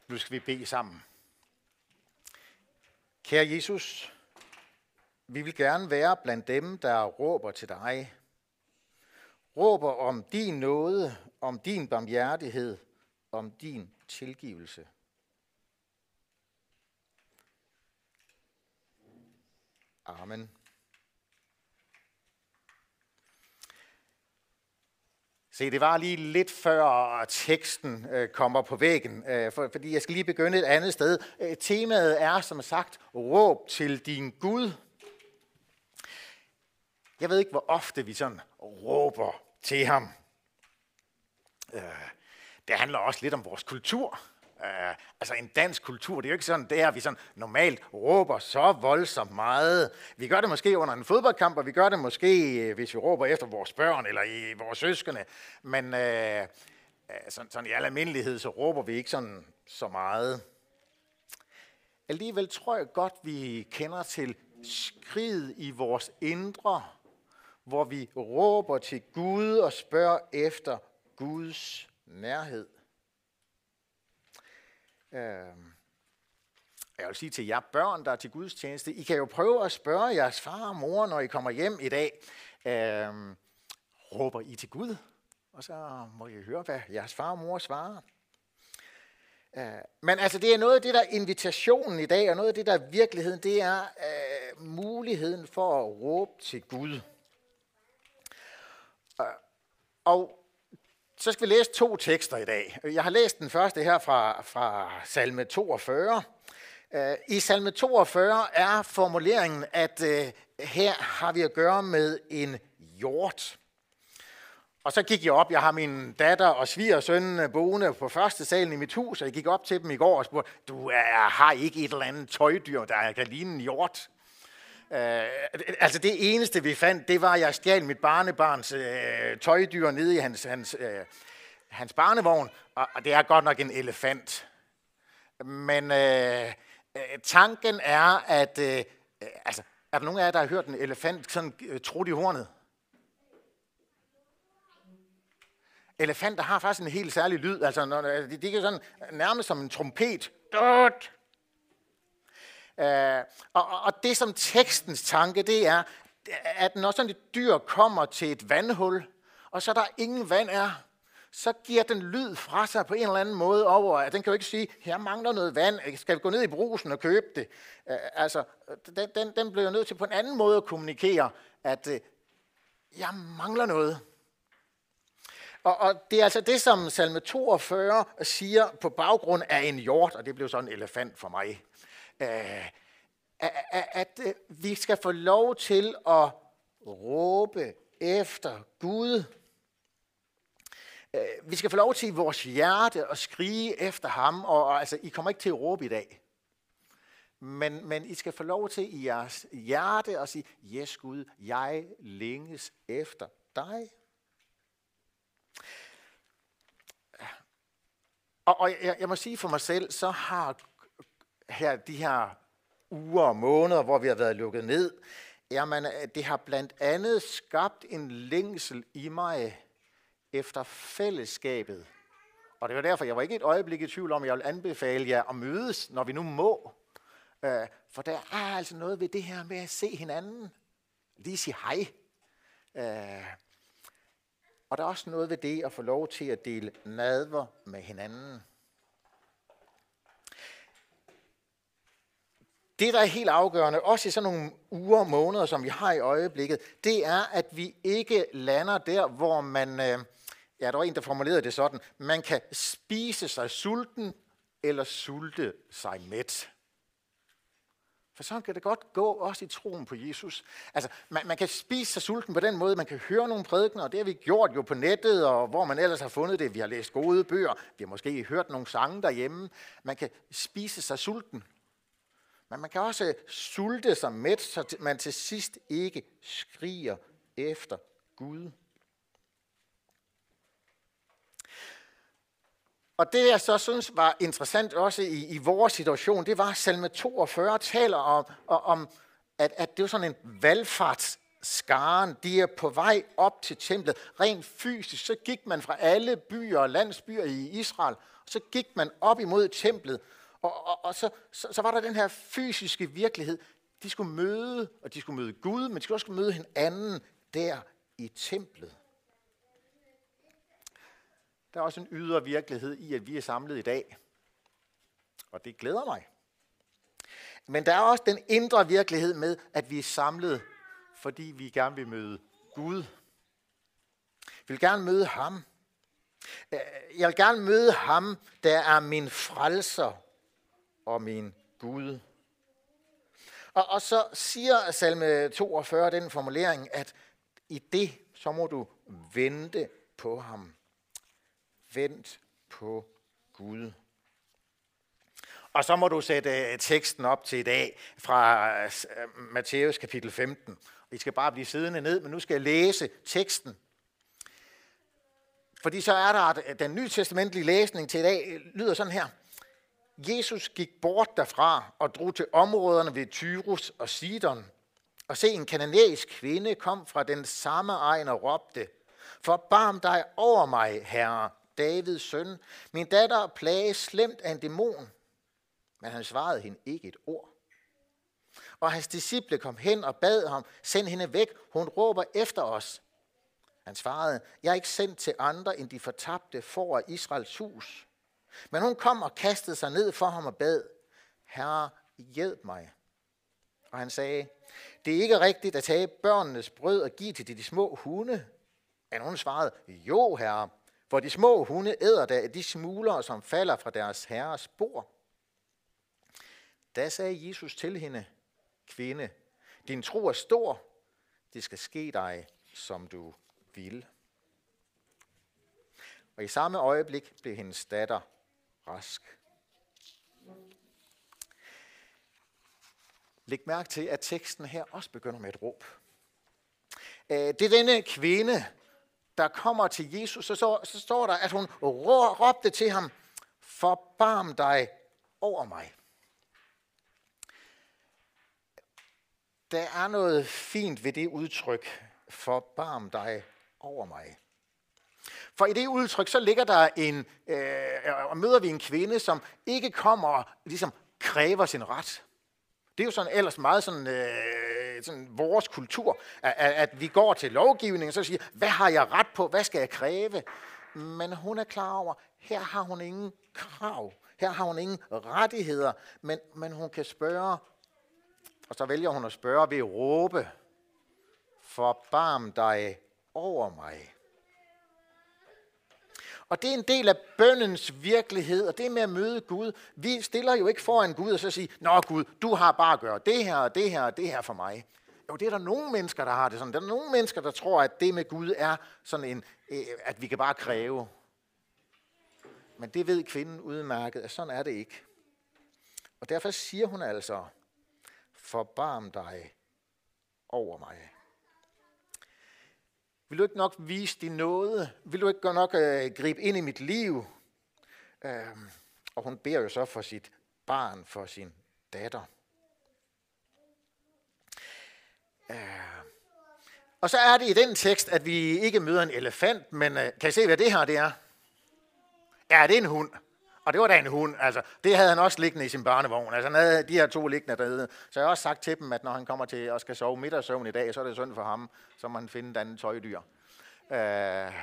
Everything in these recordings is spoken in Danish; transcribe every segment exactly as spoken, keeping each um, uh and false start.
Nu skal vi bede sammen. Kære Jesus, vi vil gerne være blandt dem, der råber til dig. Råber om din nåde, om din barmhjertighed, om din tilgivelse. Amen. Se, det var lige lidt før teksten øh, kommer på væggen, øh, for, fordi jeg skal lige begynde et andet sted. Øh, temaet er, som sagt, råb til din Gud. Jeg ved ikke, hvor ofte vi sådan råber til ham. Øh, det handler også lidt om vores kultur. Uh, altså en dansk kultur, det er jo ikke sådan, der vi sådan normalt råber så voldsomt meget. Vi gør det måske under en fodboldkamp, og vi gør det måske, hvis vi råber efter vores børn eller i vores søskende. Men uh, sådan, sådan i al almindelighed, så råber vi ikke sådan så meget. Alligevel tror jeg godt, vi kender til skriget i vores indre, hvor vi råber til Gud og spørger efter Guds nærhed. Jeg vil sige til jer børn, der er til Guds tjeneste, I kan jo prøve at spørge jeres far og mor, når I kommer hjem i dag. Øh, råber I til Gud? Og så må I høre, hvad jeres far og mor svarer. Øh, men altså, det er noget af det, der er invitationen i dag, og noget af det, der er virkeligheden, det er øh, muligheden for at råbe til Gud. Øh, og Så skal vi læse to tekster i dag. Jeg har læst den første her fra, fra salme toogfyrre. I salme toogfyrre er formuleringen, at uh, her har vi at gøre med en hjort. Og så gik jeg op, jeg har min datter og svigersøn boende på første salen i mit hus, og jeg gik op til dem i går og spurgte, du er, har ikke et eller andet tøjdyr, der kan ligne en hjort? Uh, altså det eneste vi fandt, det var, at jeg stjal mit barnebarns uh, tøjdyr nede i hans, hans, uh, hans barnevogn, og, og det er godt nok en elefant. Men uh, uh, tanken er, at uh, altså, er der nogen af jer, der har hørt en elefant sådan uh, trutte i hornet? Elefanter har faktisk en helt særlig lyd, altså når, de, de er sådan nærmest som en trompet. Dut! Uh, og, og det som tekstens tanke, det er, at når sådan et dyr kommer til et vandhul, og så der ingen vand er, så giver den lyd fra sig på en eller anden måde over, at den kan jo ikke sige, her mangler noget vand, skal vi gå ned i brusen og købe det? Uh, altså, den, den, den bliver nødt til på en anden måde at kommunikere, at uh, jeg mangler noget. Og, og det er altså det, som salme toogfyrre siger på baggrund af en hjort, og det blev sådan en elefant for mig. Uh, at, at uh, vi skal få lov til at råbe efter Gud. Uh, vi skal få lov til i vores hjerte at skrige efter ham, og, og altså, I kommer ikke til at råbe i dag. Men, men I skal få lov til i jeres hjerte at sige, yes Gud, jeg længes efter dig. Og, og jeg, jeg må sige for mig selv, så har her de her uger og måneder, hvor vi har været lukket ned, jamen, det har blandt andet skabt en længsel i mig efter fællesskabet. Og det var derfor, jeg var ikke et øjeblik i tvivl om, at jeg vil anbefale jer at mødes, når vi nu må. For der er altså noget ved det her med at se hinanden. Lige sige hej. Og der er også noget ved det at få lov til at dele nadver med hinanden. Det, der er helt afgørende, også i sådan nogle uger og måneder, som vi har i øjeblikket, det er, at vi ikke lander der, hvor man, ja, der var en, der formulerede det sådan, man kan spise sig sulten eller sulte sig mæt. For sådan kan det godt gå, også i troen på Jesus. Altså, man, man kan spise sig sulten på den måde, man kan høre nogle prædikener, og det har vi gjort jo på nettet, og hvor man ellers har fundet det. Vi har læst gode bøger, vi har måske hørt nogle sange derhjemme. Man kan spise sig sulten. Men man kan også sulte sig mæt, så man til sidst ikke skriger efter Gud. Og det, jeg så synes var interessant også i, i vores situation, det var, at salme toogfyrre taler om, om at, at det var sådan en valgfarts skaren, de er på vej op til templet. Rent fysisk, så gik man fra alle byer og landsbyer i Israel, og så gik man op imod templet, og, og, og så, så, så var der den her fysiske virkelighed. De skulle møde, og de skulle møde Gud, men de skulle også møde hinanden der i templet. Der er også en ydre virkelighed i, at vi er samlet i dag, og det glæder mig. Men der er også den indre virkelighed med, at vi er samlet, fordi vi gerne vil møde Gud. Vi vil gerne møde ham. Jeg vil gerne møde ham, der er min frelser og min Gud. Og, og så siger salme toogfyrre den formulering, at i det, så må du vente på ham. Vent på Gud. Og så må du sætte teksten op til i dag fra Matthæus kapitel femten. I skal bare blive siddende ned, men nu skal jeg læse teksten. Fordi så er der den nye testamentlige læsning til i dag, lyder sådan her. Jesus gik bort derfra og drog til områderne ved Tyrus og Sidon. Og se, en kananæisk kvinde kom fra den samme egen og råbte, forbarm dig over mig, herre, Davids søn. Min datter plages slemt af en dæmon. Men han svarede hende ikke et ord. Og hans disciple kom hen og bad ham, send hende væk, hun råber efter os. Han svarede, jeg er ikke sendt til andre end de fortabte får af Israels hus. Men hun kom og kastede sig ned for ham og bad, Herre, hjælp mig. Og han sagde, det er ikke rigtigt at tage børnenes brød og give til de små hunde. Men hun svarede, jo herre, for de små hunde æder da de smuler, som falder fra deres herres bord. Da sagde Jesus til hende, kvinde, din tro er stor, det skal ske dig, som du vil. Og i samme øjeblik blev hendes datter rask. Læg mærke til, at teksten her også begynder med et råb. Det er denne kvinde, der kommer til Jesus, så, så, så står der, at hun råbte til ham, forbarm dig over mig. Der er noget fint ved det udtryk, forbarm dig over mig. For i det udtryk, så ligger der en, øh, og møder vi en kvinde, som ikke kommer og ligesom kræver sin ret. Det er jo sådan ellers meget sådan, øh, sådan vores kultur, at, at vi går til lovgivningen og så siger, hvad har jeg ret på, hvad skal jeg kræve? Men hun er klar over, her har hun ingen krav, her har hun ingen rettigheder, men, men hun kan spørge, og så vælger hun at spørge ved at råbe, forbarm dig over mig. Og det er en del af bønnens virkelighed, og det med at møde Gud. Vi stiller jo ikke foran Gud og så siger, nå Gud, du har bare at gøre det her, og det her, og det her for mig. Jo, det er der nogle mennesker, der har det sådan. Der er nogle mennesker, der tror, at det med Gud er sådan en, at vi kan bare kræve. Men det ved kvinden udmærket, at sådan er det ikke. Og derfor siger hun altså, forbarm dig over mig. Vil du ikke nok vise din nåde? Vil du ikke nok øh, gribe ind i mit liv? Øh, og hun beder jo så for sit barn, for sin datter. Øh. Og så er det i den tekst, at vi ikke møder en elefant, men øh, kan I se, hvad det her det er? Ja, det er en hund. Og det var da en hund. Altså, det havde han også liggende i sin barnevogn. Altså, han havde de her to liggende dernede. Så jeg har også sagt til dem, at når han kommer til og skal sove middagssøvn i dag, så er det synd for ham. Så må han finde et andet tøjdyr. Øh,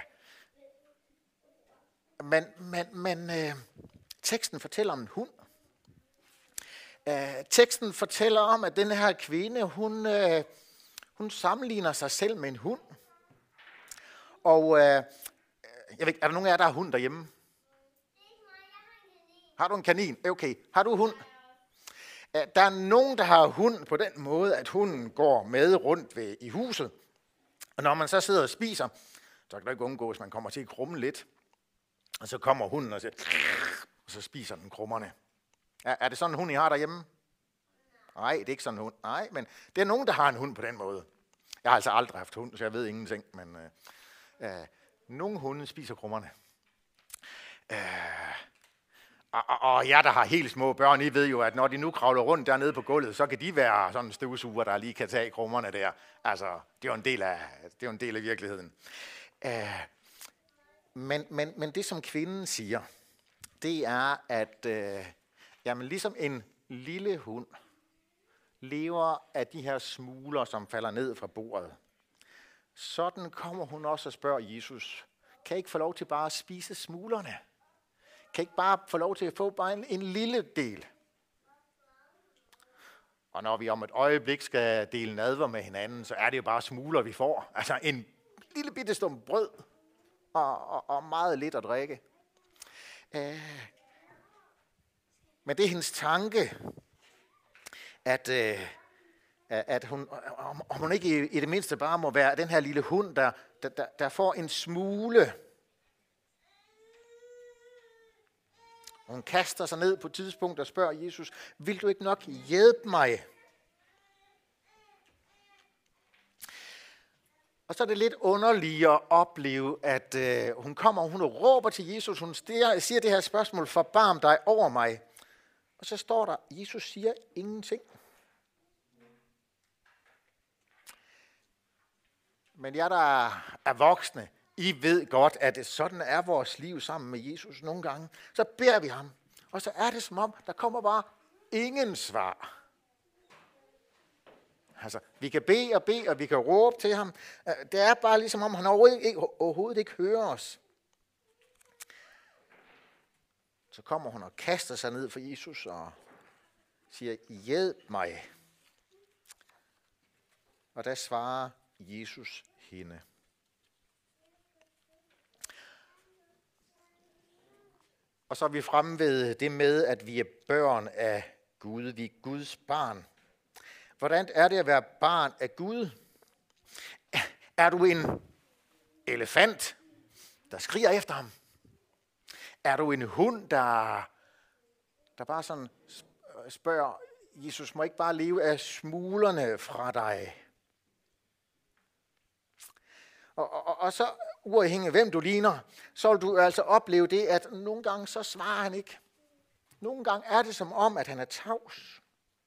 men men, men øh, teksten fortæller om en hund. Øh, teksten fortæller om, at den her kvinde, hun, øh, hun sammenligner sig selv med en hund. Og øh, jeg ved ikke, er der nogen af jer, der har hund derhjemme? Har du en kanin? Okay. Har du hund? Der er nogen, der har hund på den måde, at hunden går med rundt ved, i huset. Og når man så sidder og spiser, så kan det ikke undgå, hvis man kommer til at krumme lidt. Og så kommer hunden og, siger, og så spiser den krummerne. Er, er det sådan en hund, I har derhjemme? Nej, det er ikke sådan en hund. Nej, men det er nogen, der har en hund på den måde. Jeg har altså aldrig haft hund, så jeg ved ingenting. Men øh, øh, nogle hunde spiser krummerne. Øh, Og, og, og jer, der har helt små børn, I ved jo, at når de nu kravler rundt dernede på gulvet, så kan de være sådan en støvsuger, der lige kan tage krummerne der. Altså, det er jo en del af, det er jo en del af virkeligheden. Uh, men, men, men det, som kvinden siger, det er, at uh, jamen, ligesom en lille hund lever af de her smuler, som falder ned fra bordet, sådan kommer hun også og spørger Jesus, kan jeg ikke få lov til bare at spise smulerne? Kan jeg ikke bare få lov til at få bare en, en lille del? Og når vi om et øjeblik skal dele nadver med hinanden, så er det jo bare smuler, vi får. Altså en lille bitte stump brød og, og, og meget lidt at drikke. Uh, men det er hendes tanke, at, uh, at hun, om, om hun ikke i, i det mindste bare må være den her lille hund, der, der, der, der får en smule. Hun kaster sig ned på et tidspunkt og spørger Jesus, vil du ikke nok hjælpe mig? Og så er det lidt underligt at opleve, at øh, hun kommer og hun råber til Jesus. Hun stiger, siger det her spørgsmål, forbarm dig over mig. Og så står der, Jesus siger ingenting. Men jer, der er voksne, I ved godt, at sådan er vores liv sammen med Jesus nogle gange. Så beder vi ham, og så er det som om, der kommer bare ingen svar. Altså, vi kan bede og bede, og vi kan råbe til ham. Det er bare ligesom om, han overhovedet ikke, overhovedet ikke hører os. Så kommer hun og kaster sig ned for Jesus og siger, hjælp mig. Og der svarer Jesus hende. Og så er vi fremme ved det med, at vi er børn af Gud. Vi er Guds barn. Hvordan er det at være barn af Gud? Er du en elefant, der skriger efter ham? Er du en hund, der, der bare sådan spørger, Jesus, må ikke bare leve af smulerne fra dig? Og, og, og så uafhængig af hvem du ligner, så vil du altså opleve det, at nogle gange så svarer han ikke. Nogle gange er det som om, at han er tavs.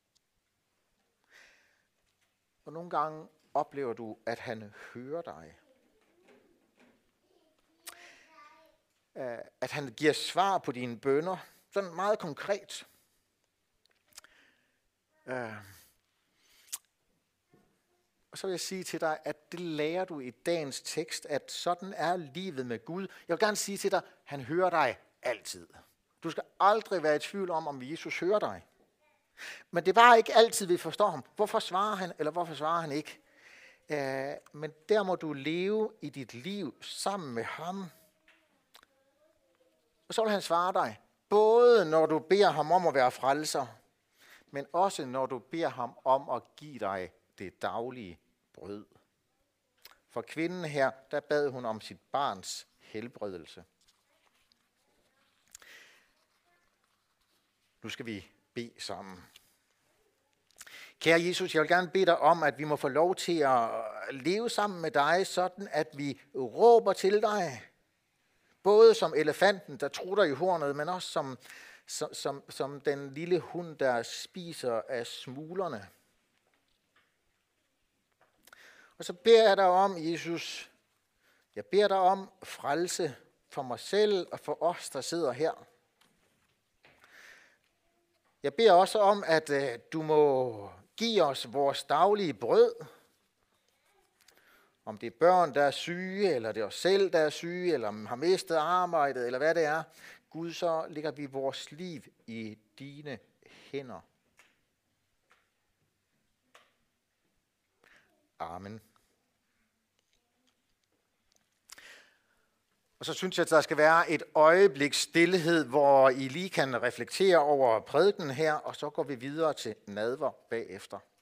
Og nogle gange oplever du, at han hører dig. At han giver svar på dine bønner, sådan meget konkret. Og så vil jeg sige til dig, at det lærer du i dagens tekst, at sådan er livet med Gud. Jeg vil gerne sige til dig, at han hører dig altid. Du skal aldrig være i tvivl om, om Jesus hører dig. Men det er bare ikke altid, vi forstår ham. Hvorfor svarer han, eller hvorfor svarer han ikke? Uh, men der må du leve i dit liv sammen med ham. Og så vil han svare dig, både når du beder ham om at være frelser, men også når du beder ham om at give dig det daglige brød. For kvinden her, der bad hun om sit barns helbredelse. Nu skal vi bede sammen. Kære Jesus, jeg vil gerne bede dig om, at vi må få lov til at leve sammen med dig, sådan at vi råber til dig. Både som elefanten, der trutter i hornet, men også som, som, som, som den lille hund, der spiser af smulerne. Og så beder jeg dig om, Jesus, jeg beder dig om frelse for mig selv og for os, der sidder her. Jeg beder også om, at uh, du må give os vores daglige brød. Om det er børn, der er syge, eller det er os selv, der er syge, eller har mistet arbejdet, eller hvad det er. Gud, så lægger vi vores liv i dine hænder. Amen. Og så synes jeg, at der skal være et øjeblik stillhed, hvor I lige kan reflektere over prædiken her, og så går vi videre til nadver bagefter.